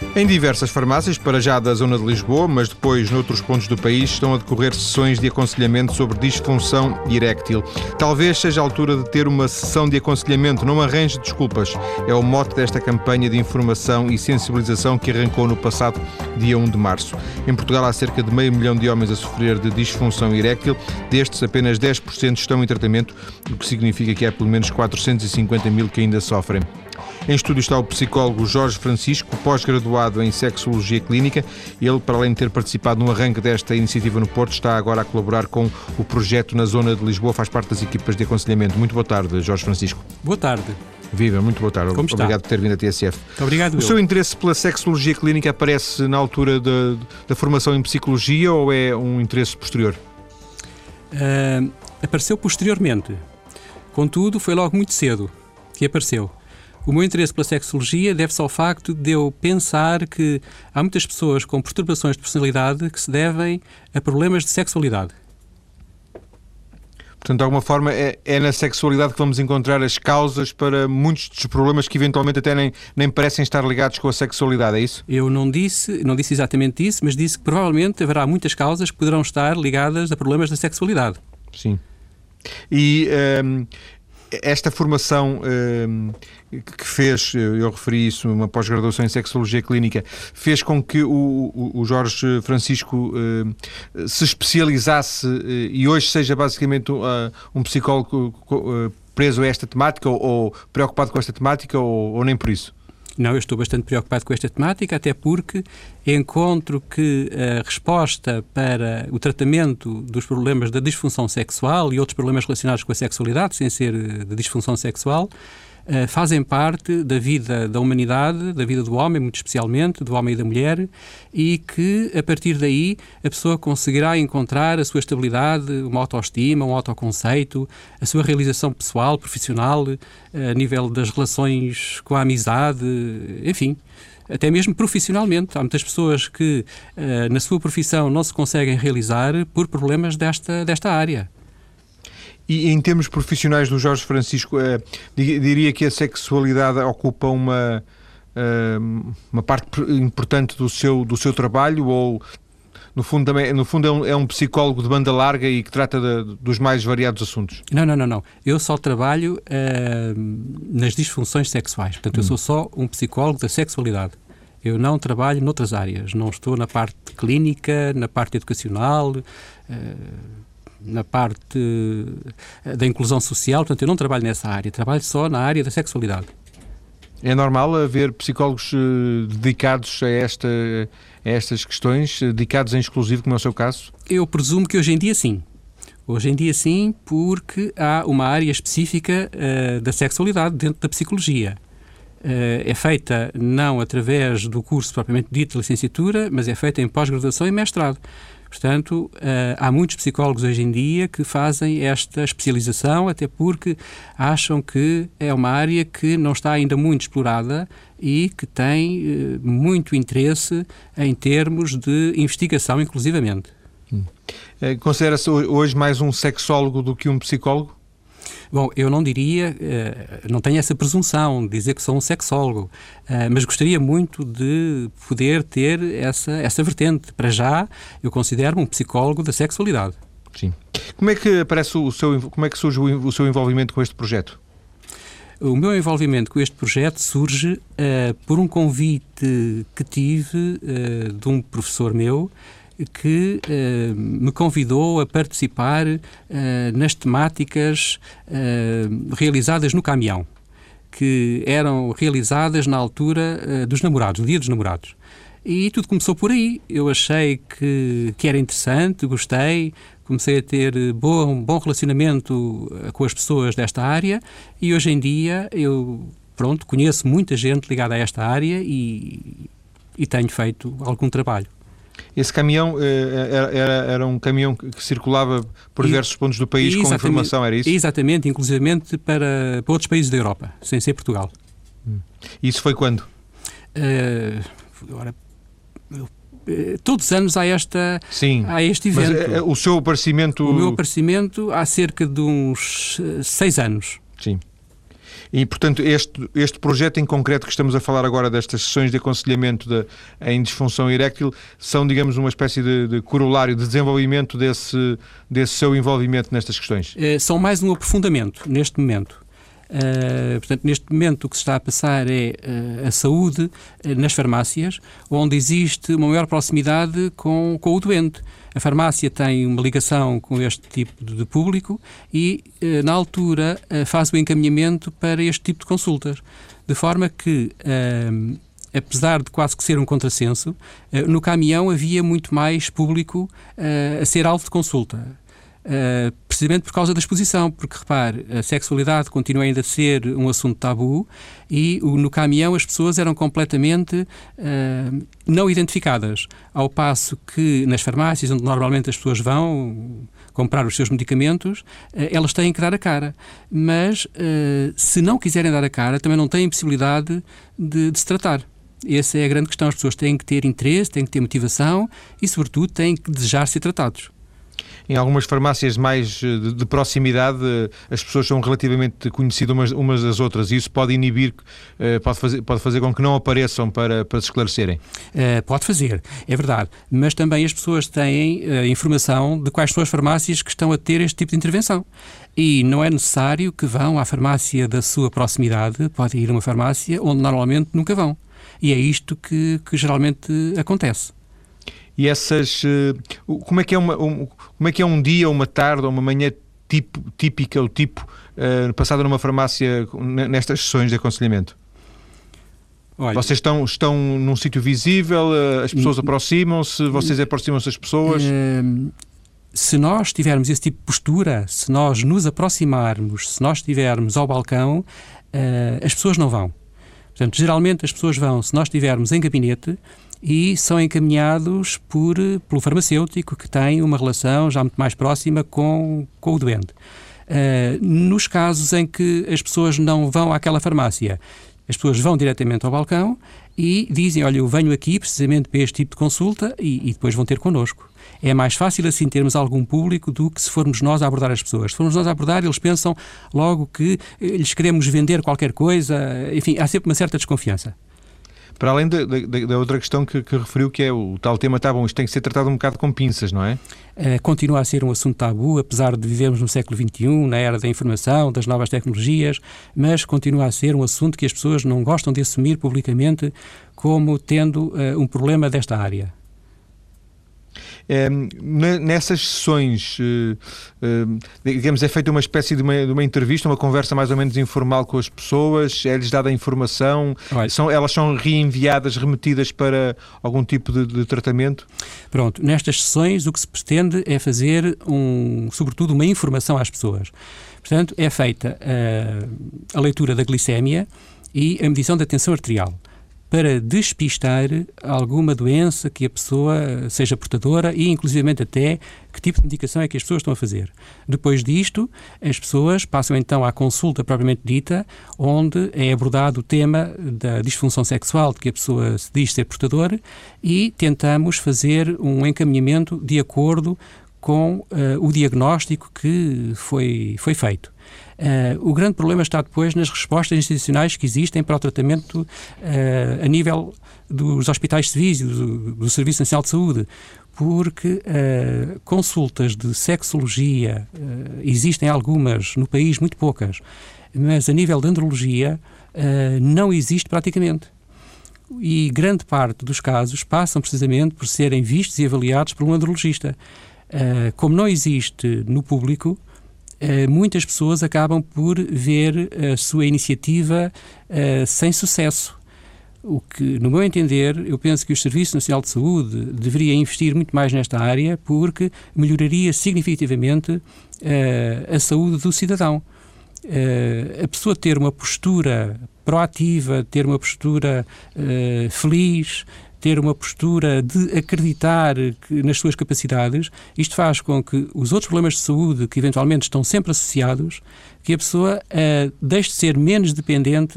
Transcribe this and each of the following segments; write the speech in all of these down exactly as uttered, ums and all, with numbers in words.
Em diversas farmácias, para já da zona de Lisboa, mas depois noutros pontos do país, estão a decorrer sessões de aconselhamento sobre disfunção eréctil. Talvez seja a altura de ter uma sessão de aconselhamento, não arranje desculpas. É o mote desta campanha de informação e sensibilização que arrancou no passado dia um de março. Em Portugal há cerca de meio milhão de homens a sofrer de disfunção eréctil. Destes, apenas dez por cento estão em tratamento, o que significa que há pelo menos quatrocentos e cinquenta mil que ainda sofrem. Em estúdio está o psicólogo Jorge Francisco, pós-graduado em Sexologia Clínica. Ele, para além de ter participado no arranque desta iniciativa no Porto, está agora a colaborar com o projeto na zona de Lisboa, faz parte das equipas de aconselhamento. Muito boa tarde, Jorge Francisco. Boa tarde. Viva, muito boa tarde. Como está? Obrigado por ter vindo à T S F. Muito obrigado. O eu. seu interesse pela Sexologia Clínica aparece na altura da, da formação em Psicologia ou é um interesse posterior? Uh, apareceu posteriormente. Contudo, foi logo muito cedo que apareceu. O meu interesse pela sexologia deve-se ao facto de eu pensar que há muitas pessoas com perturbações de personalidade que se devem a problemas de sexualidade. Portanto, de alguma forma, é, é na sexualidade que vamos encontrar as causas para muitos dos problemas que eventualmente até nem, nem parecem estar ligados com a sexualidade, é isso? Eu não disse, não disse exatamente isso, mas disse que provavelmente haverá muitas causas que poderão estar ligadas a problemas da sexualidade. Sim. E um, esta formação um, que fez, eu referi isso, uma pós-graduação em Sexologia Clínica, fez com que o, o, o Jorge Francisco um, se especializasse uh, e hoje seja basicamente uh, um psicólogo uh, preso a esta temática ou, ou preocupado com esta temática ou, ou nem por isso? Não, eu estou bastante preocupado com esta temática, até porque encontro que a resposta para o tratamento dos problemas da disfunção sexual e outros problemas relacionados com a sexualidade, sem ser de disfunção sexual, Uh, fazem parte da vida da humanidade, da vida do homem, muito especialmente, do homem e da mulher, e que, a partir daí, a pessoa conseguirá encontrar a sua estabilidade, uma autoestima, um autoconceito, a sua realização pessoal, profissional, uh, a nível das relações com a amizade, enfim, até mesmo profissionalmente. Há muitas pessoas que, uh, na sua profissão, não se conseguem realizar por problemas desta, desta área. E em termos profissionais do Jorge Francisco, eh, diria que a sexualidade ocupa uma, eh, uma parte importante do seu, do seu trabalho ou, no fundo, também, no fundo é, um, é um psicólogo de banda larga e que trata de, dos mais variados assuntos? Não, não, não. não. Eu só trabalho uh, nas disfunções sexuais. Portanto, hum. eu sou só um psicólogo da sexualidade. Eu não trabalho noutras áreas. Não estou na parte clínica, na parte educacional... Uh, na parte da inclusão social, portanto eu não trabalho nessa área, trabalho só na área da sexualidade. É normal haver psicólogos uh, dedicados a, esta, a estas questões, dedicados em exclusivo, como é o seu caso? Eu presumo que hoje em dia sim. Hoje em dia sim, porque há uma área específica uh, da sexualidade dentro da psicologia. Uh, é feita não através do curso propriamente dito de licenciatura, mas é feita em pós-graduação e mestrado. Portanto, uh, há muitos psicólogos hoje em dia que fazem esta especialização, até porque acham que é uma área que não está ainda muito explorada e que tem uh, muito interesse em termos de investigação, inclusivamente. Hum. Uh, considera-se hoje mais um sexólogo do que um psicólogo? Bom, eu não diria, não tenho essa presunção de dizer que sou um sexólogo, mas gostaria muito de poder ter essa, essa vertente. Para já, eu considero-me um psicólogo da sexualidade. Sim. Como é que aparece o seu, como é que surge o seu envolvimento com este projeto? O meu envolvimento com este projeto surge uh, por um convite que tive uh, de um professor meu, que uh, me convidou a participar uh, nas temáticas uh, realizadas no caminhão, que eram realizadas na altura uh, dos namorados, no Dia dos Namorados. E tudo começou por aí. Eu achei que, que era interessante, gostei, comecei a ter bom, um bom relacionamento com as pessoas desta área e hoje em dia eu, pronto, conheço muita gente ligada a esta área e, e tenho feito algum trabalho. Esse caminhão era, era, era um caminhão que circulava por diversos pontos do país com informação, era isso? Exatamente, inclusivamente para, para outros países da Europa, sem ser Portugal. Hum. Isso foi quando? Uh, agora, eu, uh, todos os anos há, esta, Sim, há este evento. Mas uh, o seu aparecimento... O meu aparecimento há cerca de uns uh, seis anos. Sim. E, portanto, este, este projeto em concreto que estamos a falar agora, destas sessões de aconselhamento de, em disfunção eréctil, são, digamos, uma espécie de, de corolário, de desenvolvimento desse, desse seu envolvimento nestas questões? É, são mais um aprofundamento, neste momento. Uh, portanto, neste momento o que se está a passar é uh, a saúde uh, nas farmácias, onde existe uma maior proximidade com, com o doente. A farmácia tem uma ligação com este tipo de público e, uh, na altura, uh, faz o encaminhamento para este tipo de consultas. De forma que, uh, apesar de quase que ser um contrassenso, uh, no caminhão havia muito mais público uh, a ser alvo de consulta. Uh, precisamente por causa da exposição, porque, repare, a sexualidade continua ainda a ser um assunto tabu e o, no caminhão as pessoas eram completamente uh, não identificadas, ao passo que nas farmácias, onde normalmente as pessoas vão comprar os seus medicamentos, uh, elas têm que dar a cara. Mas, uh, se não quiserem dar a cara, também não têm possibilidade de, de se tratar. Essa é a grande questão. As pessoas têm que ter interesse, têm que ter motivação e, sobretudo, têm que desejar ser tratados. Em algumas farmácias mais de, de proximidade, as pessoas são relativamente conhecidas umas, umas das outras e isso pode inibir, pode fazer, pode fazer com que não apareçam para, para se esclarecerem? Uh, pode fazer, é verdade. Mas também as pessoas têm uh, informação de quais são as farmácias que estão a ter este tipo de intervenção. E não é necessário que vão à farmácia da sua proximidade, podem ir a uma farmácia onde normalmente nunca vão. E é isto que, que geralmente acontece. E essas, como é que é, uma, um, como é que é um dia, uma tarde ou uma manhã tipo, típica ou tipo uh, passada numa farmácia nestas sessões de aconselhamento? Olha, vocês estão, estão num sítio visível, as pessoas aproximam-se, vocês aproximam-se das pessoas? Uh, se nós tivermos esse tipo de postura, se nós nos aproximarmos, se nós estivermos ao balcão, uh, as pessoas não vão. Portanto, geralmente as pessoas vão se nós estivermos em gabinete e são encaminhados por, pelo farmacêutico que tem uma relação já muito mais próxima com, com o doente. Uh, nos casos em que as pessoas não vão àquela farmácia, as pessoas vão diretamente ao balcão e dizem, olha, eu venho aqui precisamente para este tipo de consulta e, e depois vão ter connosco. É mais fácil assim termos algum público do que se formos nós a abordar as pessoas. Se formos nós a abordar, eles pensam logo que lhes queremos vender qualquer coisa, enfim, há sempre uma certa desconfiança. Para além da, da, da outra questão que, que referiu, que é o tal tema, tá bom, isto tem que ser tratado um bocado com pinças, não é? Uh, continua a ser um assunto tabu, apesar de vivermos no século vinte e um, na era da informação, das novas tecnologias, mas continua a ser um assunto que as pessoas não gostam de assumir publicamente como tendo uh, um problema desta área. É, nessas sessões, digamos, é feita uma espécie de uma, de uma entrevista, uma conversa mais ou menos informal com as pessoas, é-lhes dada a informação, são, elas são reenviadas, remetidas para algum tipo de, de tratamento? Pronto, nestas sessões o que se pretende é fazer, um, sobretudo, uma informação às pessoas. Portanto, é feita a, a leitura da glicémia e a medição da tensão arterial, para despistar alguma doença que a pessoa seja portadora e, inclusivamente, até que tipo de medicação é que as pessoas estão a fazer. Depois disto, as pessoas passam então à consulta propriamente dita, onde é abordado o tema da disfunção sexual de que a pessoa se diz ser portadora e tentamos fazer um encaminhamento de acordo com uh, o diagnóstico que foi, foi feito. Uh, o grande problema está depois nas respostas institucionais que existem para o tratamento uh, a nível dos hospitais civis e do, do Serviço Nacional de Saúde, porque uh, consultas de sexologia uh, existem algumas no país, muito poucas, mas a nível de andrologia uh, não existe praticamente. E grande parte dos casos passam precisamente por serem vistos e avaliados por um andrologista. Uh, como não existe no público, uh, muitas pessoas acabam por ver a sua iniciativa uh, sem sucesso. O que, no meu entender, eu penso que o Serviço Nacional de Saúde deveria investir muito mais nesta área porque melhoraria significativamente uh, a saúde do cidadão. Uh, a pessoa ter uma postura proativa, ter uma postura uh, feliz, ter uma postura de acreditar que, nas suas capacidades, isto faz com que os outros problemas de saúde que eventualmente estão sempre associados, que a pessoa uh, deixe de ser menos dependente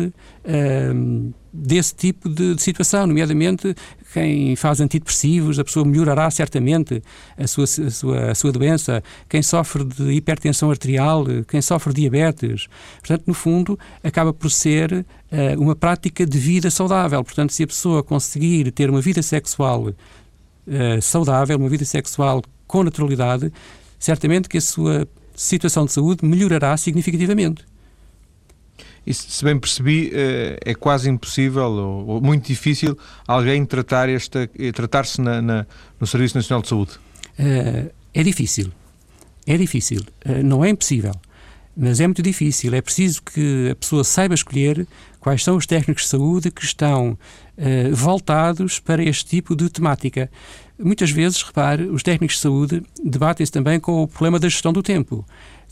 uh, desse tipo de, de situação, nomeadamente quem faz antidepressivos, a pessoa melhorará certamente a sua, a sua, a sua doença, quem sofre de hipertensão arterial, quem sofre de diabetes. Portanto, no fundo, acaba por ser uh, uma prática de vida saudável. Portanto, se a pessoa conseguir ter uma vida sexual uh, saudável, uma vida sexual com naturalidade, certamente que a sua situação de saúde melhorará significativamente. E se bem percebi, é quase impossível ou muito difícil alguém tratar esta, tratar-se na, na, no Serviço Nacional de Saúde? É difícil. É difícil. Não é impossível, mas é muito difícil. É preciso que a pessoa saiba escolher quais são os técnicos de saúde que estão voltados para este tipo de temática. Muitas vezes, repare, os técnicos de saúde debatem-se também com o problema da gestão do tempo.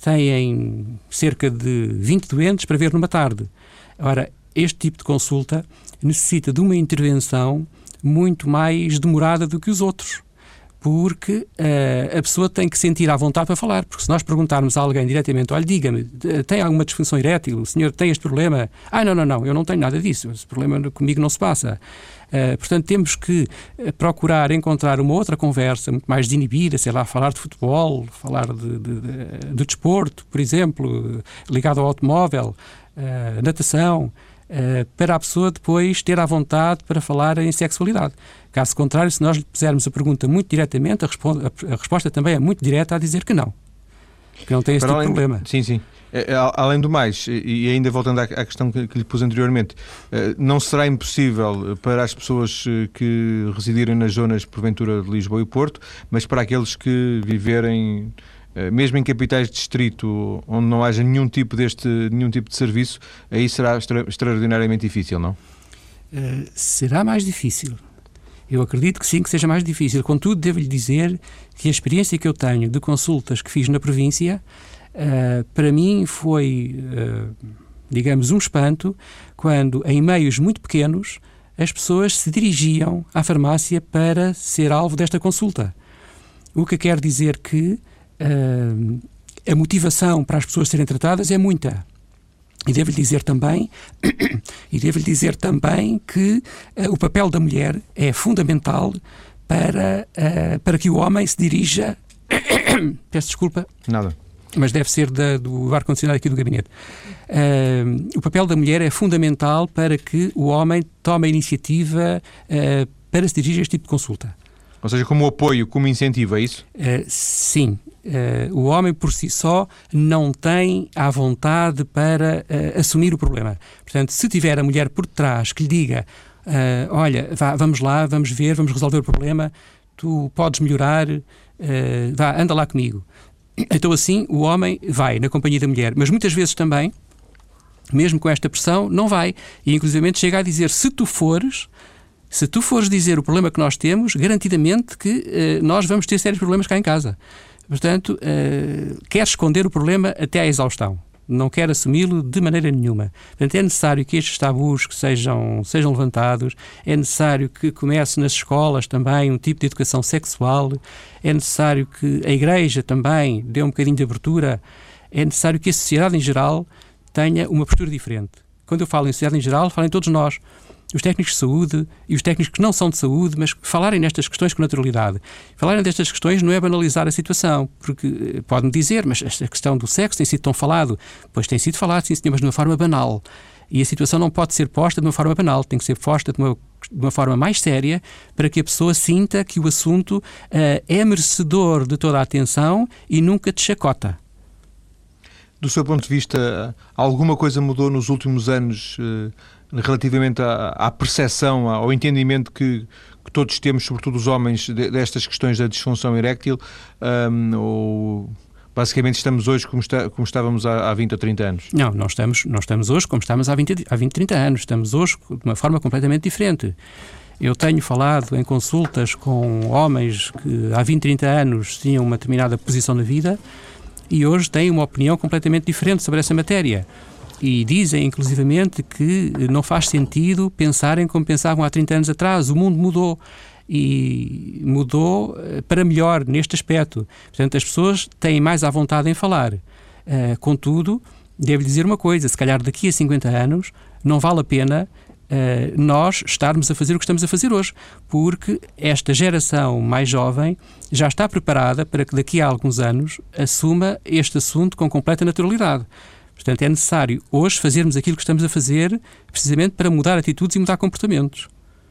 Têm cerca de vinte doentes para ver numa tarde. Ora, este tipo de consulta necessita de uma intervenção muito mais demorada do que os outros, porque uh, a pessoa tem que sentir à vontade para falar, porque se nós perguntarmos a alguém diretamente, olha, diga-me, tem alguma disfunção erétil? O senhor tem este problema? Ah, não, não, não, eu não tenho nada disso, esse problema comigo não se passa. Uh, portanto, temos que procurar encontrar uma outra conversa muito mais desinibida, sei lá, falar de futebol, falar de, de, de, de desporto, por exemplo, ligado ao automóvel, uh, natação, uh, para a pessoa depois ter à vontade para falar em sexualidade. Caso contrário, se nós lhe fizermos a pergunta muito diretamente, a, respo- a resposta também é muito direta a dizer que não. Que não tem esse tipo de problema. De, sim, sim. Além do mais, e ainda voltando à questão que lhe pus anteriormente, não será impossível para as pessoas que residirem nas zonas, porventura, de Lisboa e Porto, mas para aqueles que viverem, mesmo em capitais de distrito, onde não haja nenhum tipo, deste, nenhum tipo de serviço, aí será extra, extraordinariamente difícil, não? Uh, será mais difícil. Eu acredito que sim, que seja mais difícil. Contudo, devo-lhe dizer que a experiência que eu tenho de consultas que fiz na província, uh, para mim foi, uh, digamos, um espanto, quando em meios muito pequenos as pessoas se dirigiam à farmácia para ser alvo desta consulta. O que quer dizer que uh, a motivação para as pessoas serem tratadas é muita. E devo-lhe dizer também, e devo-lhe dizer também que uh, o papel da mulher é fundamental para, uh, para que o homem se dirija... Peço desculpa. Nada. Mas deve ser da, do ar-condicionado aqui do gabinete. Uh, o papel da mulher é fundamental para que o homem tome a iniciativa uh, para se dirigir a este tipo de consulta. Ou seja, como apoio, como incentivo, é isso? Uh, sim. Uh, o homem por si só não tem à vontade para uh, assumir o problema. Portanto, se tiver a mulher por trás que lhe diga uh, olha, vá, vamos lá, vamos ver, vamos resolver o problema, tu podes melhorar, uh, vá, anda lá comigo. Então assim o homem vai na companhia da mulher, mas muitas vezes também, mesmo com esta pressão, não vai. E inclusivamente chega a dizer, se tu fores... Se tu fores dizer o problema que nós temos, garantidamente que uh, nós vamos ter sérios problemas cá em casa. Portanto, uh, quer esconder o problema até à exaustão. Não quer assumi-lo de maneira nenhuma. Portanto, é necessário que estes tabus que sejam, sejam levantados, é necessário que comece nas escolas também um tipo de educação sexual, é necessário que a Igreja também dê um bocadinho de abertura, é necessário que a sociedade em geral tenha uma postura diferente. Quando eu falo em sociedade em geral, falo em todos nós. Os técnicos de saúde e os técnicos que não são de saúde, mas falarem nestas questões com naturalidade. Falarem destas questões não é banalizar a situação, porque pode-me dizer, mas esta questão do sexo tem sido tão falado. Pois tem sido falado, sim senhor, mas de uma forma banal. E a situação não pode ser posta de uma forma banal, tem que ser posta de uma, de uma forma mais séria, para que a pessoa sinta que o assunto uh, é merecedor de toda a atenção e nunca de chacota. Do seu ponto de vista, alguma coisa mudou nos últimos anos uh, relativamente à, à percepção, ao entendimento que, que todos temos, sobretudo os homens, de, destas questões da disfunção eréctil? Um, ou basicamente estamos hoje como, está, como estávamos há, há vinte ou trinta anos? Não, não estamos, não estamos hoje como estávamos há vinte, há vinte, trinta anos. Estamos hoje de uma forma completamente diferente. Eu tenho falado em consultas com homens que há vinte, trinta anos tinham uma determinada posição na vida e hoje têm uma opinião completamente diferente sobre essa matéria. E dizem, inclusivamente, que não faz sentido pensarem como pensavam há trinta anos atrás. O mundo mudou. E mudou para melhor neste aspecto. Portanto, as pessoas têm mais à vontade em falar. Uh, contudo, devo dizer uma coisa, se calhar daqui a cinquenta anos não vale a pena uh, nós estarmos a fazer o que estamos a fazer hoje, porque esta geração mais jovem já está preparada para que daqui a alguns anos assuma este assunto com completa naturalidade. Portanto, é necessário hoje fazermos aquilo que estamos a fazer precisamente para mudar atitudes e mudar comportamentos.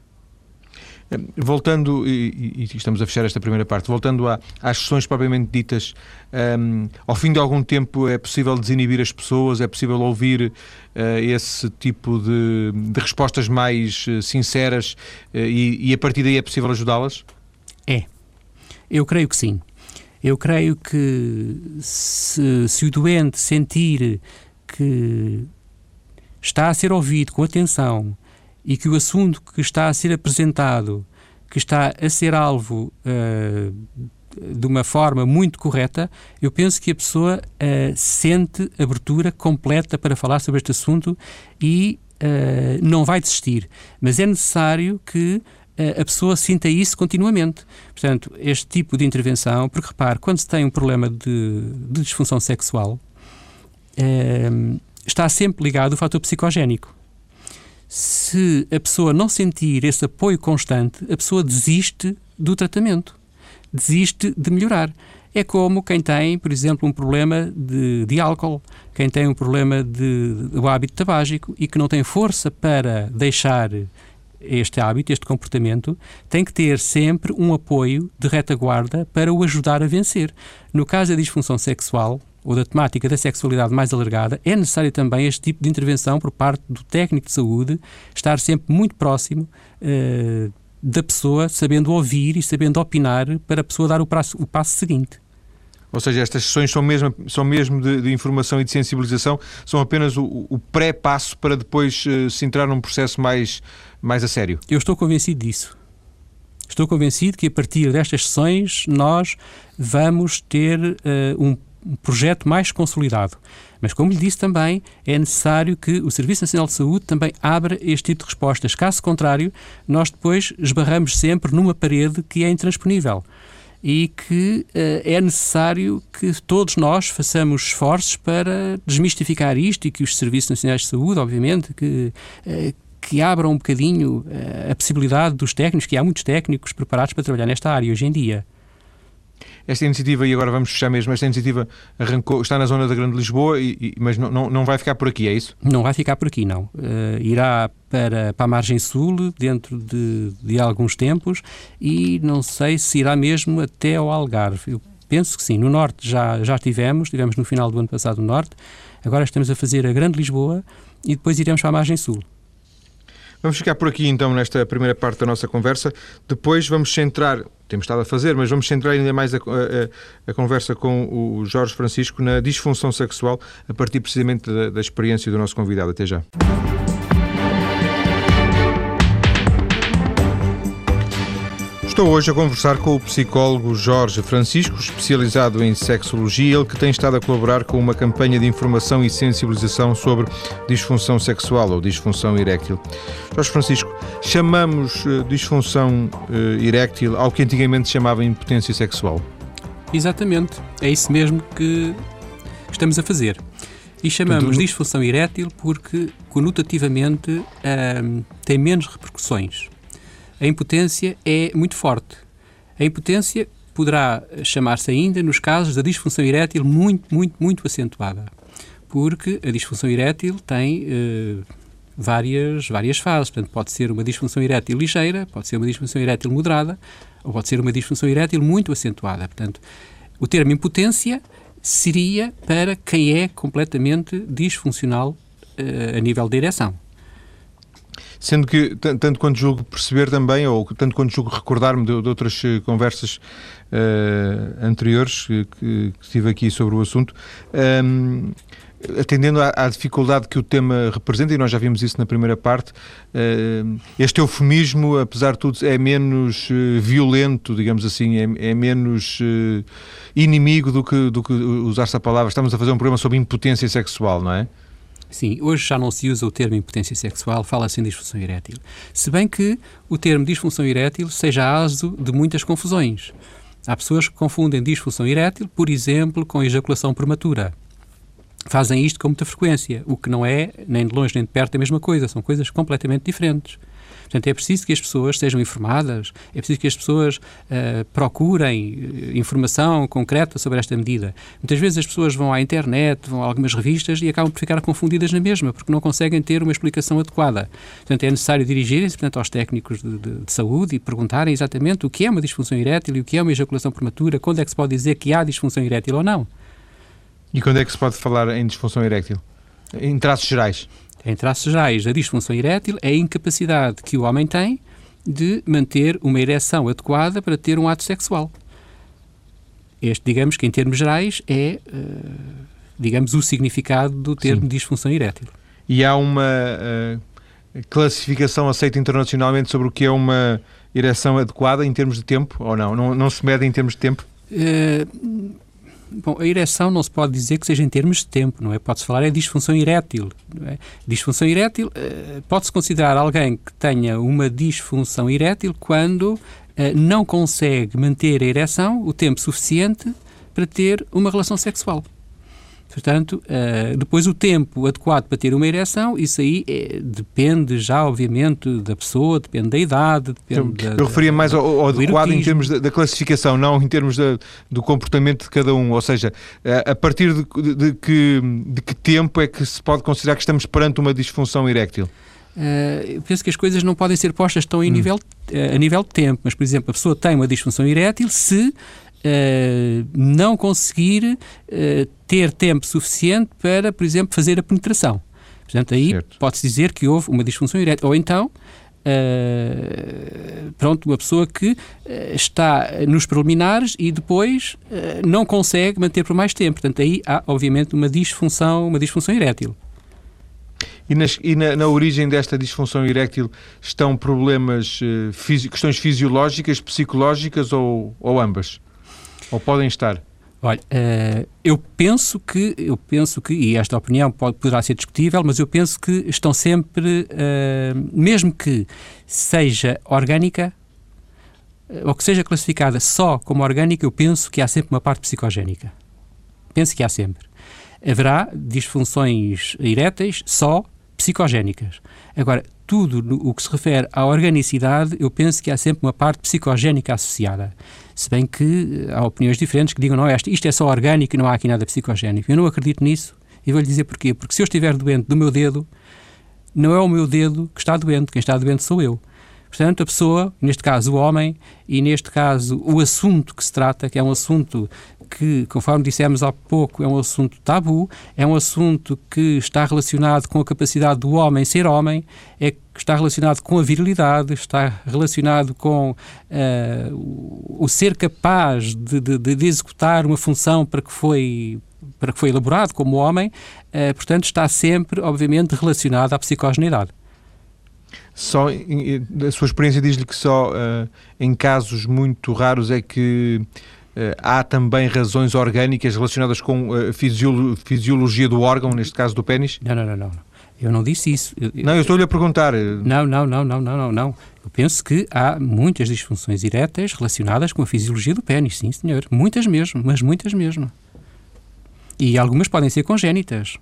Voltando, e, e estamos a fechar esta primeira parte, voltando à, às sessões propriamente ditas, um, ao fim de algum tempo é possível desinibir as pessoas, é possível ouvir uh, esse tipo de, de respostas mais uh, sinceras uh, e, e a partir daí é possível ajudá-las? É, eu creio que sim. Eu creio que se, se o doente sentir que está a ser ouvido com atenção e que o assunto que está a ser apresentado, que está a ser alvo uh, de uma forma muito correta, eu penso que a pessoa uh, sente abertura completa para falar sobre este assunto e uh, não vai desistir. Mas é necessário que uh, a pessoa sinta isso continuamente. Portanto, este tipo de intervenção, porque repare, quando se tem um problema de, de disfunção sexual, uh, está sempre ligado ao fator psicogénico. Se a pessoa não sentir esse apoio constante, a pessoa desiste do tratamento, desiste de melhorar. É como quem tem, por exemplo, um problema de, de álcool, quem tem um problema de, de, do hábito tabágico e que não tem força para deixar este hábito, este comportamento, tem que ter sempre um apoio de retaguarda para o ajudar a vencer. No caso da disfunção sexual, ou da temática da sexualidade mais alargada, é necessário também este tipo de intervenção por parte do técnico de saúde, estar sempre muito próximo uh, da pessoa, sabendo ouvir e sabendo opinar para a pessoa dar o passo, o passo seguinte. Ou seja, estas sessões são mesmo, são mesmo de, de informação e de sensibilização, são apenas o, o pré-passo para depois uh, se entrar num processo mais, mais a sério? Eu estou convencido disso. Estou convencido que a partir destas sessões nós vamos ter uh, um um projeto mais consolidado. Mas, como lhe disse também, é necessário que o Serviço Nacional de Saúde também abra este tipo de respostas. Caso contrário, nós depois esbarramos sempre numa parede que é intransponível e que uh, é necessário que todos nós façamos esforços para desmistificar isto e que os Serviços Nacionais de Saúde, obviamente, que... Uh, que abram um bocadinho uh, a possibilidade dos técnicos, que há muitos técnicos preparados para trabalhar nesta área hoje em dia. Esta iniciativa, e agora vamos fechar mesmo, esta iniciativa arrancou, está na zona da Grande Lisboa, e, e, mas não, não, não vai ficar por aqui, é isso? Não vai ficar por aqui, não. Uh, irá para, para a margem sul, dentro de, de alguns tempos, e não sei se irá mesmo até ao Algarve. Eu penso que sim. No Norte já, já tivemos, tivemos no final do ano passado no Norte, agora estamos a fazer a Grande Lisboa e depois iremos para a margem sul. Vamos ficar por aqui então nesta primeira parte da nossa conversa. Depois vamos centrar, temos estado a fazer, mas vamos centrar ainda mais a, a, a conversa com o Jorge Francisco na disfunção sexual, a partir precisamente da, da experiência do nosso convidado. Até já. Estou hoje a conversar com o psicólogo Jorge Francisco, especializado em sexologia, ele que tem estado a colaborar com uma campanha de informação e sensibilização sobre disfunção sexual ou disfunção eréctil. Jorge Francisco, chamamos uh, disfunção uh, eréctil ao que antigamente se chamava impotência sexual? Exatamente, é isso mesmo que estamos a fazer. E chamamos de disfunção erétil porque, conotativamente, uh, tem menos repercussões. A impotência é muito forte. A impotência poderá chamar-se ainda nos casos da disfunção erétil muito, muito, muito acentuada. Porque a disfunção erétil tem uh, várias, várias fases. Portanto, pode ser uma disfunção erétil ligeira, pode ser uma disfunção erétil moderada, ou pode ser uma disfunção erétil muito acentuada. Portanto, o termo impotência seria para quem é completamente disfuncional uh, a nível da ereção. Sendo que, tanto quanto julgo perceber também, ou tanto quanto julgo recordar-me de, de outras conversas uh, anteriores que, que tive aqui sobre o assunto, um, atendendo à, à dificuldade que o tema representa, e nós já vimos isso na primeira parte, uh, este eufemismo, apesar de tudo, é menos uh, violento, digamos assim, é, é menos uh, inimigo do que, do que usar essa palavra. Estamos a fazer um programa sobre impotência sexual, não é? Sim, hoje já não se usa o termo impotência sexual, fala-se em disfunção erétil. Se bem que o termo disfunção erétil seja aso de muitas confusões. Há pessoas que confundem disfunção erétil, por exemplo, com ejaculação prematura. fazem isto com muita frequência, o que não é, nem de longe nem de perto, a mesma coisa, são coisas completamente diferentes. Portanto, é preciso que as pessoas sejam informadas, é preciso que as pessoas uh, procurem informação concreta sobre esta medida. Muitas vezes as pessoas vão à internet, vão a algumas revistas e acabam por ficar confundidas na mesma, porque não conseguem ter uma explicação adequada. Portanto, é necessário dirigirem-se, portanto, aos técnicos de, de, de saúde e perguntarem exatamente o que é uma disfunção erétil e o que é uma ejaculação prematura, quando é que se pode dizer que há disfunção erétil ou não. E quando é que se pode falar em disfunção erétil? Em traços gerais? Em traços gerais, a disfunção erétil é a incapacidade que o homem tem de manter uma ereção adequada para ter um ato sexual. Este, digamos que em termos gerais, é, uh, digamos, o significado do termo Sim. disfunção erétil. E há uma uh, classificação aceita internacionalmente sobre o que é uma ereção adequada em termos de tempo, ou não? Não, não se mede em termos de tempo? Uh, Bom, a ereção não se pode dizer que seja em termos de tempo, não é? Pode-se falar é disfunção erétil. Não é? Disfunção erétil, uh, pode-se considerar alguém que tenha uma disfunção erétil quando uh, não consegue manter a ereção o tempo suficiente para ter uma relação sexual. Portanto, uh, depois o tempo adequado para ter uma ereção, isso aí é, depende já, obviamente, da pessoa, depende da idade, depende Eu, da, eu referia mais ao, ao adequado erotismo. Em termos da, da classificação, não em termos da, do comportamento de cada um. Ou seja, a, a partir de, de, de, que, de que tempo é que se pode considerar que estamos perante uma disfunção erétil? Uh, eu penso que as coisas não podem ser postas tão em hum. nível, uh, a nível de tempo, mas, por exemplo, a pessoa tem uma disfunção erétil se Uh, não conseguir uh, ter tempo suficiente para, por exemplo, fazer a penetração. Portanto, aí pode-se dizer que houve uma disfunção erétil. Ou então, uh, pronto, uma pessoa que uh, está nos preliminares e depois uh, não consegue manter por mais tempo. Portanto, aí há, obviamente, uma disfunção, uma disfunção erétil. E, nas, e na, na origem desta disfunção erétil estão problemas, uh, fisi- questões fisiológicas, psicológicas ou, ou ambas? Ou podem estar? Olha, uh, eu penso que, eu penso que, e esta opinião pode, poderá ser discutível, mas eu penso que estão sempre, uh, mesmo que seja orgânica, uh, ou que seja classificada só como orgânica, eu penso que há sempre uma parte psicogénica. Penso que há sempre. Haverá disfunções eréteis só psicogénicas. Agora, tudo no, o que se refere à organicidade, eu penso que há sempre uma parte psicogénica associada. Se bem que há opiniões diferentes que digam, não, isto é só orgânico e não há aqui nada psicogénico. Eu não acredito nisso e vou-lhe dizer porquê. Porque se eu estiver doente do meu dedo, não é o meu dedo que está doente, quem está doente sou eu. Portanto, a pessoa, neste caso o homem, e neste caso o assunto que se trata, que é um assunto que, conforme dissemos há pouco, é um assunto tabu, é um assunto que está relacionado com a capacidade do homem ser homem, é que está relacionado com a virilidade, está relacionado com uh, o, o ser capaz de, de, de executar uma função para que foi, para que foi elaborado como homem, uh, portanto, está sempre, obviamente, relacionado à psicogeneidade. Só, a sua experiência diz-lhe que só uh, em casos muito raros é que uh, há também razões orgânicas relacionadas com a fisiolo- fisiologia do órgão, neste caso do pénis? Não, não, não, não. Eu não disse isso. Eu, não, eu estou-lhe a perguntar. Não, não, não, não, não, não, não. Eu penso que há muitas disfunções eréteis relacionadas com a fisiologia do pénis, sim, senhor. Muitas mesmo, mas muitas mesmo. E algumas podem ser congénitas.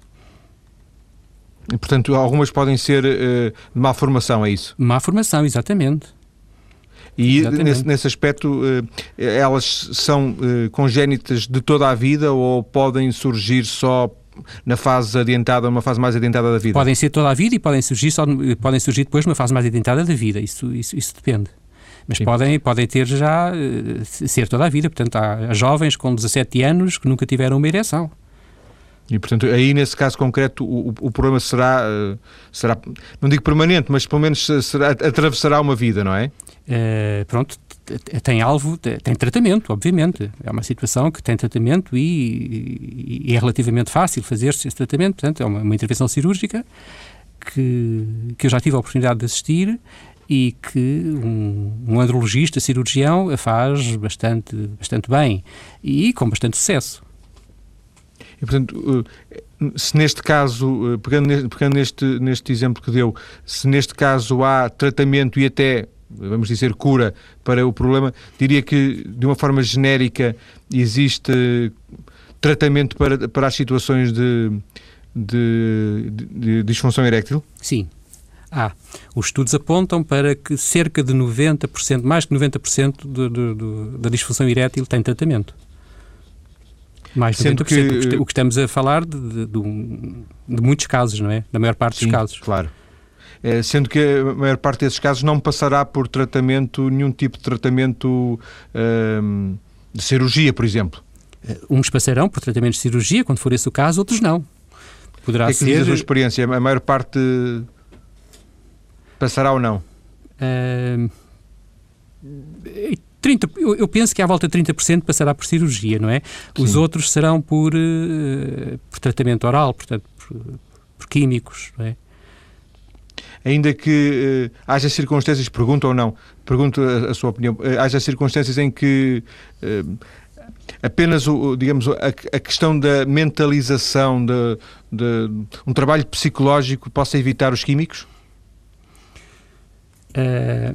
E, portanto, algumas podem ser uh, de má formação, é isso? Má formação, exatamente. E nesse, nesse aspecto, uh, elas são uh, congénitas de toda a vida ou podem surgir só na fase adiantada, numa fase mais adiantada da vida? Podem ser toda a vida e podem surgir, só, podem surgir depois numa fase mais adiantada da vida, isso, isso, isso depende. Mas podem, podem ter já, uh, ser toda a vida, portanto há jovens com dezassete anos que nunca tiveram uma ereção. E, portanto, aí nesse caso concreto o, o problema será, uh, será, não digo permanente, mas pelo menos será, atravessará uma vida, não é? Uh, pronto, tem alvo, tem tratamento, obviamente. É uma situação que tem tratamento e, e é relativamente fácil fazer-se esse tratamento. Portanto, é uma, uma intervenção cirúrgica que, que eu já tive a oportunidade de assistir e que um, um andrologista, cirurgião, a faz bastante, bastante bem e com bastante sucesso. E, portanto, se neste caso, pegando neste, pegando neste, neste exemplo que deu, se neste caso há tratamento e até, vamos dizer, cura para o problema, diria que, de uma forma genérica, existe tratamento para, para as situações de, de, de, de disfunção eréctil? Sim. Ah, os estudos apontam para que cerca de noventa por cento, mais de noventa por cento do, do, do, da disfunção erétil tem tratamento. Mais de noventa por cento. Que, o que estamos a falar de, de, de, de muitos casos, não é? Da maior parte sim, dos casos. Claro. É, sendo que a maior parte desses casos não passará por tratamento, nenhum tipo de tratamento hum, de cirurgia, por exemplo. Uns passarão por tratamento de cirurgia, quando for esse o caso, outros não. Poderá o que é que ser... diz a sua experiência? A maior parte passará ou não? Uh, trinta, eu, eu penso que à volta de trinta por cento passará por cirurgia, não é? Sim. Os outros serão por, uh, por tratamento oral, portanto, por, por químicos, não é? Ainda que uh, haja circunstâncias, pergunto ou não, pergunto a, a sua opinião, uh, haja circunstâncias em que uh, apenas, o, digamos, a, a questão da mentalização, de, de um trabalho psicológico possa evitar os químicos? Uh,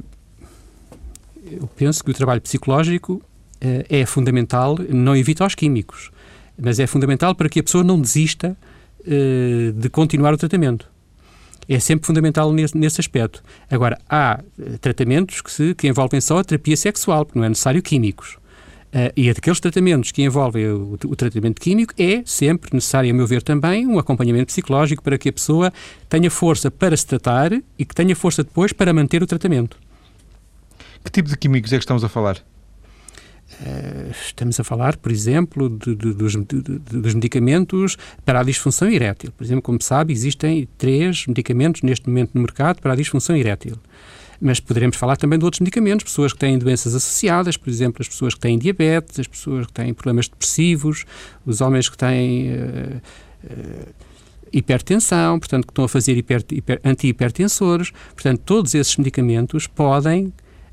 eu penso que o trabalho psicológico uh, é fundamental, não evita os químicos, mas é fundamental para que a pessoa não desista uh, de continuar o tratamento. É sempre fundamental nesse, nesse aspecto. Agora, há uh, tratamentos que, se, que envolvem só a terapia sexual, porque não é necessário químicos. Uh, e aqueles tratamentos que envolvem o, o tratamento químico é sempre necessário, a meu ver também, um acompanhamento psicológico para que a pessoa tenha força para se tratar e que tenha força depois para manter o tratamento. Que tipo de químicos é que estamos a falar? Uh, estamos a falar, por exemplo, de, de, dos, de, de, dos medicamentos para a disfunção erétil. Por exemplo, como sabe, existem três medicamentos neste momento no mercado para a disfunção erétil. Mas poderemos falar também de outros medicamentos, pessoas que têm doenças associadas, por exemplo, as pessoas que têm diabetes, as pessoas que têm problemas depressivos, os homens que têm uh, uh, hipertensão, portanto, que estão a fazer hiper, hiper, anti-hipertensores. Portanto, todos esses medicamentos podem uh,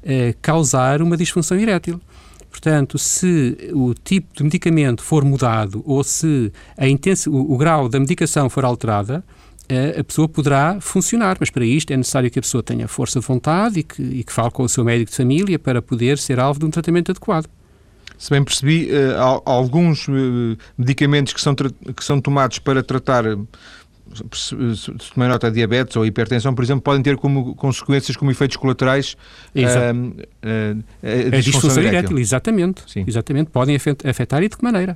causar uma disfunção erétil. Portanto, se o tipo de medicamento for mudado ou se a intensi- o, o grau da medicação for alterada, a pessoa poderá funcionar, mas para isto é necessário que a pessoa tenha força de vontade e que, e que fale com o seu médico de família para poder ser alvo de um tratamento adequado. Se bem percebi, uh, alguns uh, medicamentos que são, tra- que são tomados para tratar, se tomei nota, diabetes ou hipertensão, por exemplo, podem ter como consequências, como efeitos colaterais, Exa- uh, uh, a, a disfunção erétil. Exatamente, exatamente, podem afetar e de que maneira.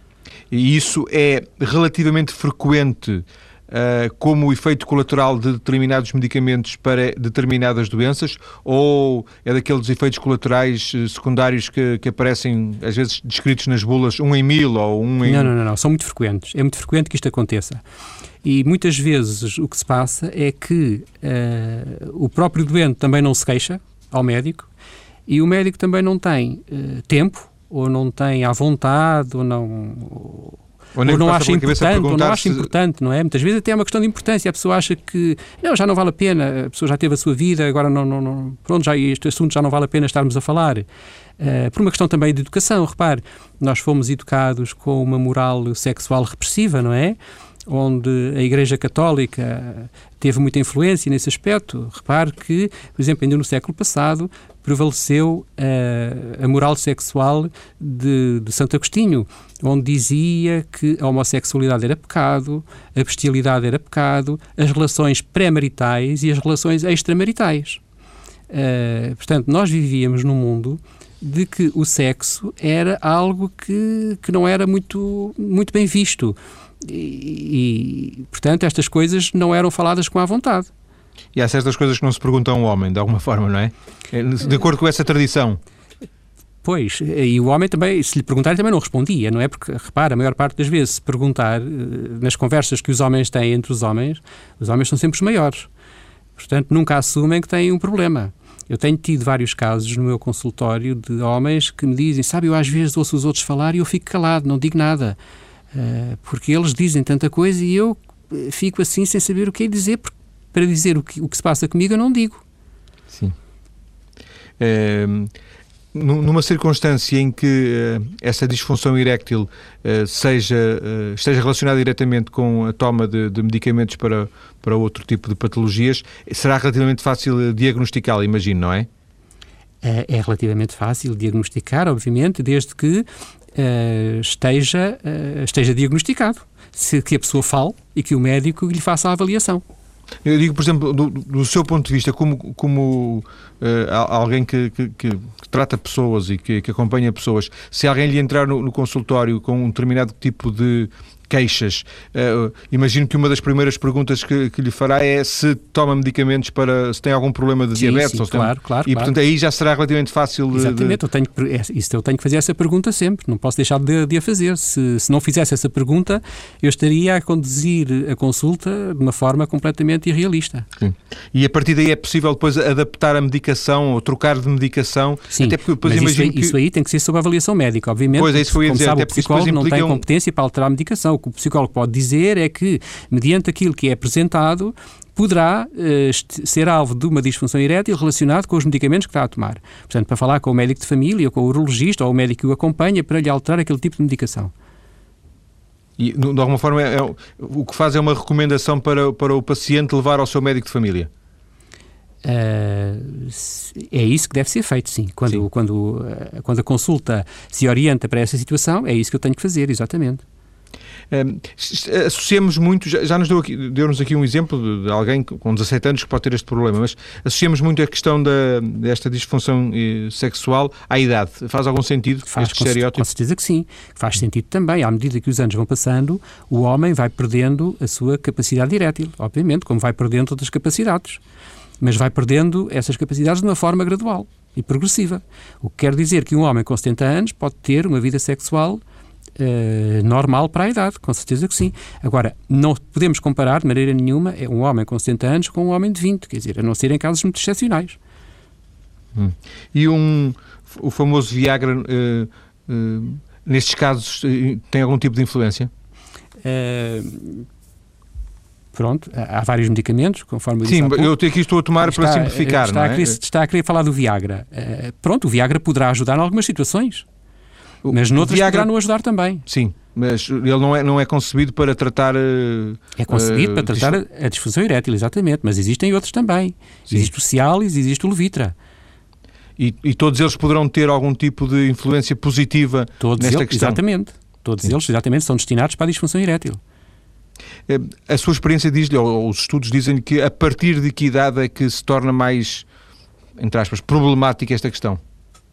E isso é relativamente frequente Uh, como efeito colateral de determinados medicamentos para determinadas doenças, ou é daqueles efeitos colaterais uh, secundários que, que aparecem, às vezes, descritos nas bulas, um em mil ou um em... Não, não, não, não, são muito frequentes. É muito frequente que isto aconteça. E muitas vezes o que se passa é que uh, o próprio doente também não se queixa ao médico e o médico também não tem uh, tempo, ou não tem à vontade, ou não... Ou... Ou, ou não acha importante, ou não acha se... importante, não é? Muitas vezes até é uma questão de importância. A pessoa acha que, não, já não vale a pena, a pessoa já teve a sua vida, agora não, não, não pronto, já, este assunto já não vale a pena estarmos a falar. Uh, por uma questão também de educação, repare, nós fomos educados com uma moral sexual repressiva, não é? Onde a Igreja Católica teve muita influência nesse aspecto. Repare que, por exemplo, ainda no século passado, prevaleceu uh, a moral sexual de, de Santo Agostinho, onde dizia que a homossexualidade era pecado, a bestialidade era pecado, as relações pré-maritais e as relações extramaritais. Uh, portanto, nós vivíamos num mundo de que o sexo era algo que, que não era muito, muito bem visto. E, e, portanto, estas coisas não eram faladas com à vontade. E há certas coisas que não se perguntam ao homem, de alguma forma, não é? De acordo com essa tradição. Pois, e o homem também, se lhe perguntarem, também não respondia, não é? Porque, repara, a maior parte das vezes, se perguntar, nas conversas que os homens têm entre os homens, os homens são sempre os maiores. Portanto, nunca assumem que têm um problema. Eu tenho tido vários casos no meu consultório de homens que me dizem, sabe, eu às vezes ouço os outros falar e eu fico calado, não digo nada. Uh, porque eles dizem tanta coisa e eu fico assim sem saber o que é dizer, porque para dizer o que, o que se passa comigo eu não digo. Sim. É, numa circunstância em que uh, essa disfunção eréctil uh, seja, uh, esteja relacionada diretamente com a toma de, de medicamentos para, para outro tipo de patologias, será relativamente fácil diagnosticá-la, imagino, não é? É relativamente fácil diagnosticar, obviamente, desde que uh, esteja, uh, esteja diagnosticado, se, que a pessoa fale e que o médico lhe faça a avaliação. Eu digo, por exemplo, do, do seu ponto de vista, como, como uh, alguém que, que, que trata pessoas e que, que acompanha pessoas, se alguém lhe entrar no, no consultório com um determinado tipo de queixas, uh, imagino que uma das primeiras perguntas que, que lhe fará é se toma medicamentos para, se tem algum problema de sim, diabetes. Sim, ou claro, tem... claro. E, claro. portanto, aí já será relativamente fácil de... Exatamente, eu tenho que, isso eu tenho que fazer essa pergunta sempre, não posso deixar de, de a fazer. Se, se não fizesse essa pergunta, eu estaria a conduzir a consulta de uma forma completamente irrealista. Sim. E a partir daí é possível depois adaptar a medicação ou trocar de medicação? Sim, até porque depois mas imagino isso, aí, que... isso aí tem que ser sob avaliação médica, obviamente. Pois é, isso foi a dizer, como sabe, até o psicólogo não tem um... competência para alterar a medicação. O que o psicólogo pode dizer é que, mediante aquilo que é apresentado, poderá uh, ser alvo de uma disfunção erétil relacionada com os medicamentos que está a tomar. Portanto, para falar com o médico de família, ou com o urologista, ou o médico que o acompanha, para lhe alterar aquele tipo de medicação. E, de alguma forma, é, é, o que faz é uma recomendação para, para o paciente levar ao seu médico de família? Uh, é isso que deve ser feito, sim. Quando, sim. Quando, uh, quando a consulta se orienta para essa situação, é isso que eu tenho que fazer, exatamente. Um, associamos muito, já, já nos deu aqui, deu-nos aqui um exemplo de, de alguém com dezassete anos que pode ter este problema, mas associamos muito a questão da, desta disfunção eh, sexual à idade. Faz algum sentido Faz, este estereótipo? Com certeza que sim. Faz sentido também. À medida que os anos vão passando, o homem vai perdendo a sua capacidade erétil, obviamente, como vai perdendo outras capacidades. Mas vai perdendo essas capacidades de uma forma gradual e progressiva. O que quer dizer que um homem com setenta anos pode ter uma vida sexual Uh, normal para a idade, com certeza que sim. Agora, não podemos comparar de maneira nenhuma um homem com setenta anos com um homem de vinte, quer dizer, a não ser em casos muito excepcionais. Hum. E um, o famoso Viagra, uh, uh, nestes casos, uh, tem algum tipo de influência? Uh, pronto, há vários medicamentos, conforme eu disse Sim, há pouco. eu aqui estou a tomar está, para simplificar, está não a é? querer, está a querer falar do Viagra. Uh, pronto, o Viagra poderá ajudar em algumas situações. Mas noutras Viagra... poderá não ajudar também. Sim, mas ele não é, não é concebido para tratar... Uh, é concebido uh, para tratar dis... a disfunção erétil, exatamente, mas existem outros também. Sim. Existe o Cialis, existe o Levitra. E, e todos eles poderão ter algum tipo de influência positiva todos nesta eles, questão? Exatamente. Todos Sim. eles, exatamente, são destinados para a disfunção erétil. A sua experiência diz-lhe, ou os estudos dizem-lhe que a partir de que idade é que se torna mais, entre aspas, problemática esta questão?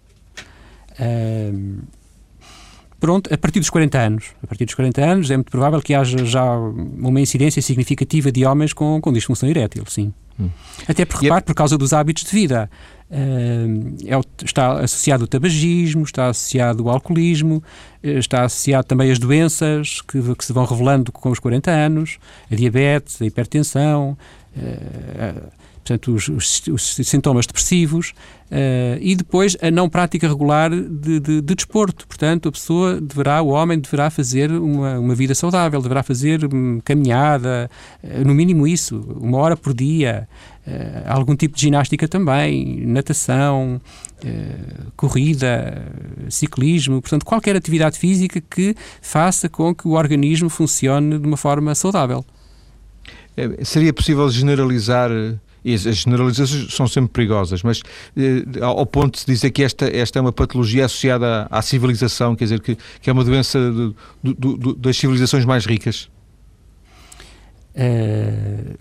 Uh... Pronto, a partir dos quarenta anos. A partir dos quarenta anos é muito provável que haja já uma incidência significativa de homens com, com disfunção erétil, sim. Hum. Até porque, repare, por causa dos hábitos de vida. Uh, é, está associado o tabagismo, está associado o alcoolismo, está associado também as doenças que, que se vão revelando com os quarenta anos, a diabetes, a hipertensão... Uh, portanto, os, os, os sintomas depressivos uh, e depois a não prática regular de, de, de desporto. Portanto, a pessoa deverá, o homem deverá fazer uma, uma vida saudável, deverá fazer um, caminhada, uh, no mínimo isso, uma hora por dia, uh, algum tipo de ginástica também, natação, uh, corrida, ciclismo, portanto, qualquer atividade física que faça com que o organismo funcione de uma forma saudável. É, seria possível generalizar... As generalizações são sempre perigosas, mas eh, ao ponto de se dizer que esta, esta é uma patologia associada à, à civilização, quer dizer, que, que é uma doença do, do, do, das civilizações mais ricas? Uh,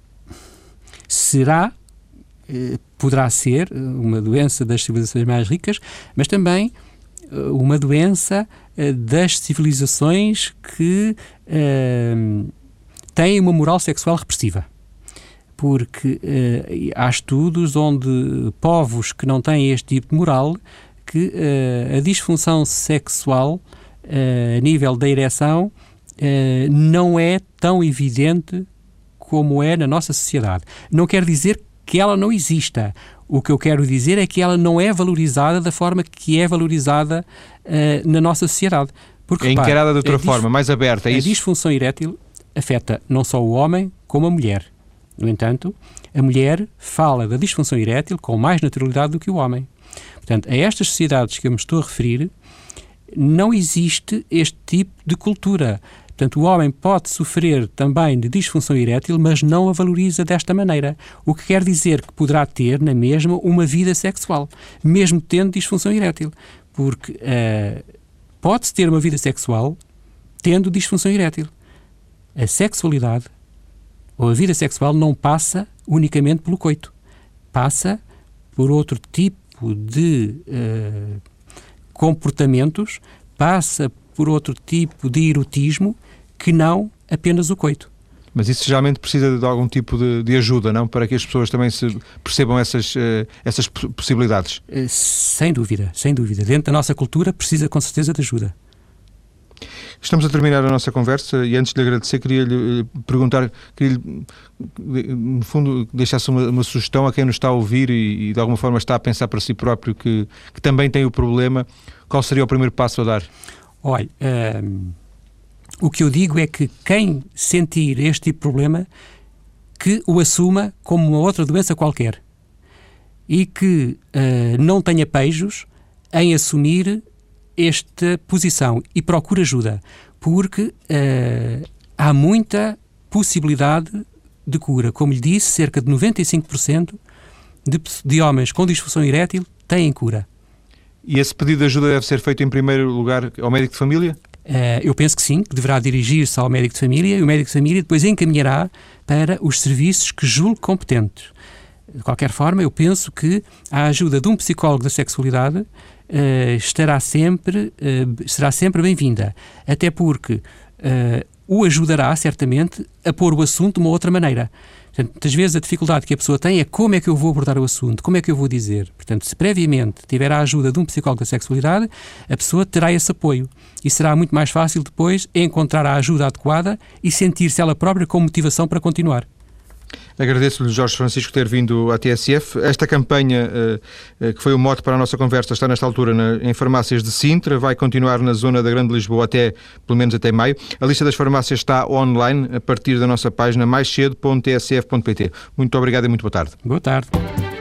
será, uh, poderá ser uma doença das civilizações mais ricas, mas também uh, uma doença uh, das civilizações que uh, têm uma moral sexual repressiva. Porque uh, há estudos onde povos que não têm este tipo de moral, que uh, a disfunção sexual uh, a nível da ereção uh, não é tão evidente como é na nossa sociedade. Não quer dizer que ela não exista. O que eu quero dizer é que ela não é valorizada da forma que é valorizada uh, na nossa sociedade. Porque, é repare, encarada de outra dis- forma, mais aberta, é a isso? A disfunção erétil afeta não só o homem, como a mulher. No entanto, a mulher fala da disfunção erétil com mais naturalidade do que o homem. Portanto, a estas sociedades que eu me estou a referir, não existe este tipo de cultura. Portanto, o homem pode sofrer também de disfunção erétil, mas não a valoriza desta maneira. O que quer dizer que poderá ter, na mesma, uma vida sexual, mesmo tendo disfunção erétil. Porque uh, pode-se ter uma vida sexual tendo disfunção erétil. A sexualidade ou a vida sexual não passa unicamente pelo coito. Passa por outro tipo de uh, comportamentos, passa por outro tipo de erotismo que não apenas o coito. Mas isso geralmente precisa de algum tipo de, de ajuda, não? Para que as pessoas também se percebam essas, uh, essas possibilidades. Uh, sem dúvida, sem dúvida. Dentro da nossa cultura precisa com certeza de ajuda. Estamos a terminar a nossa conversa e antes de lhe agradecer queria-lhe perguntar, queria-lhe, no fundo, deixasse uma, uma sugestão a quem nos está a ouvir e, e de alguma forma está a pensar para si próprio que, que também tem o problema. Qual seria o primeiro passo a dar? Olha, um, o que eu digo é que quem sentir este tipo de problema que o assuma como uma outra doença qualquer e que uh, não tenha pejos em assumir esta posição e procura ajuda, porque uh, há muita possibilidade de cura. Como lhe disse, cerca de noventa e cinco por cento de, de homens com disfunção erétil têm cura. E esse pedido de ajuda deve ser feito em primeiro lugar ao médico de família? Uh, eu penso que sim, que deverá dirigir-se ao médico de família e o médico de família depois encaminhará para os serviços que julgue competentes. De qualquer forma, eu penso que a ajuda de um psicólogo da sexualidade Uh, estará sempre, uh, será sempre bem-vinda, até porque uh, o ajudará, certamente, a pôr o assunto de uma outra maneira. Portanto, muitas vezes a dificuldade que a pessoa tem é como é que eu vou abordar o assunto, como é que eu vou dizer. Portanto, se previamente tiver a ajuda de um psicólogo da sexualidade, a pessoa terá esse apoio e será muito mais fácil depois encontrar a ajuda adequada e sentir-se ela própria com motivação para continuar. Agradeço-lhe, Jorge Francisco, ter vindo à T S F. Esta campanha, uh, que foi o mote para a nossa conversa, está nesta altura na, em farmácias de Sintra, vai continuar na zona da Grande Lisboa até, pelo menos até maio. A lista das farmácias está online a partir da nossa página mais cedo ponto t s f ponto p t. Muito obrigado e muito boa tarde. Boa tarde.